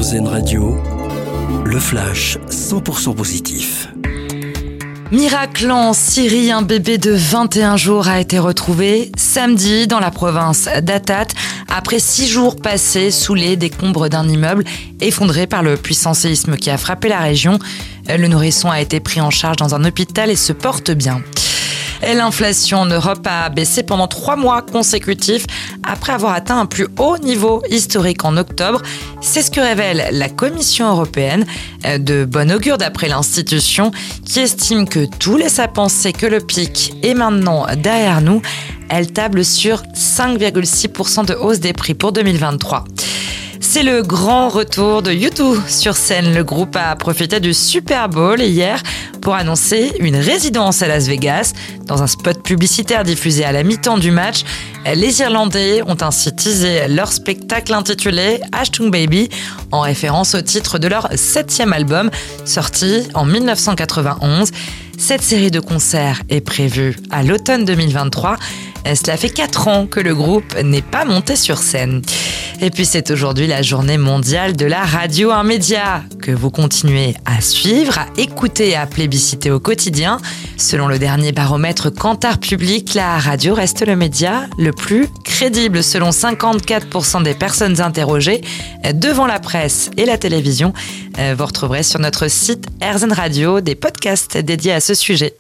RZN Radio, le flash 100% positif. Miracle en Syrie, un bébé de 21 jours a été retrouvé samedi dans la province d'Atat après 6 jours passés sous les décombres d'un immeuble effondré par le puissant séisme qui a frappé la région. Le nourrisson a été pris en charge dans un hôpital et se porte bien. Et l'inflation en Europe a baissé pendant 3 mois consécutifs après avoir atteint un plus haut niveau historique en octobre. C'est ce que révèle la Commission européenne. De bon augure d'après l'institution qui estime que tout laisse à penser que le pic est maintenant derrière nous. Elle table sur 5,6% de hausse des prix pour 2023. C'est le grand retour de U2 sur scène. Le groupe a profité du Super Bowl hier pour annoncer une résidence à Las Vegas. Dans un spot publicitaire diffusé à la mi-temps du match, les Irlandais ont ainsi teasé leur spectacle intitulé Ashtung Baby, en référence au titre de leur 7e album, sorti en 1991. Cette série de concerts est prévue à l'automne 2023. Cela fait 4 ans que le groupe n'est pas monté sur scène. Et puis c'est aujourd'hui la journée mondiale de la radio, un média que vous continuez à suivre, à écouter et à plébisciter au quotidien. Selon le dernier baromètre Kantar Public, la radio reste le média le plus crédible selon 54% des personnes interrogées devant la presse et la télévision. Vous retrouverez sur notre site RZN Radio des podcasts dédiés à ce sujet.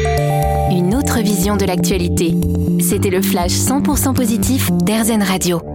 Une autre vision de l'actualité. C'était le flash 100% positif d'RZN Radio.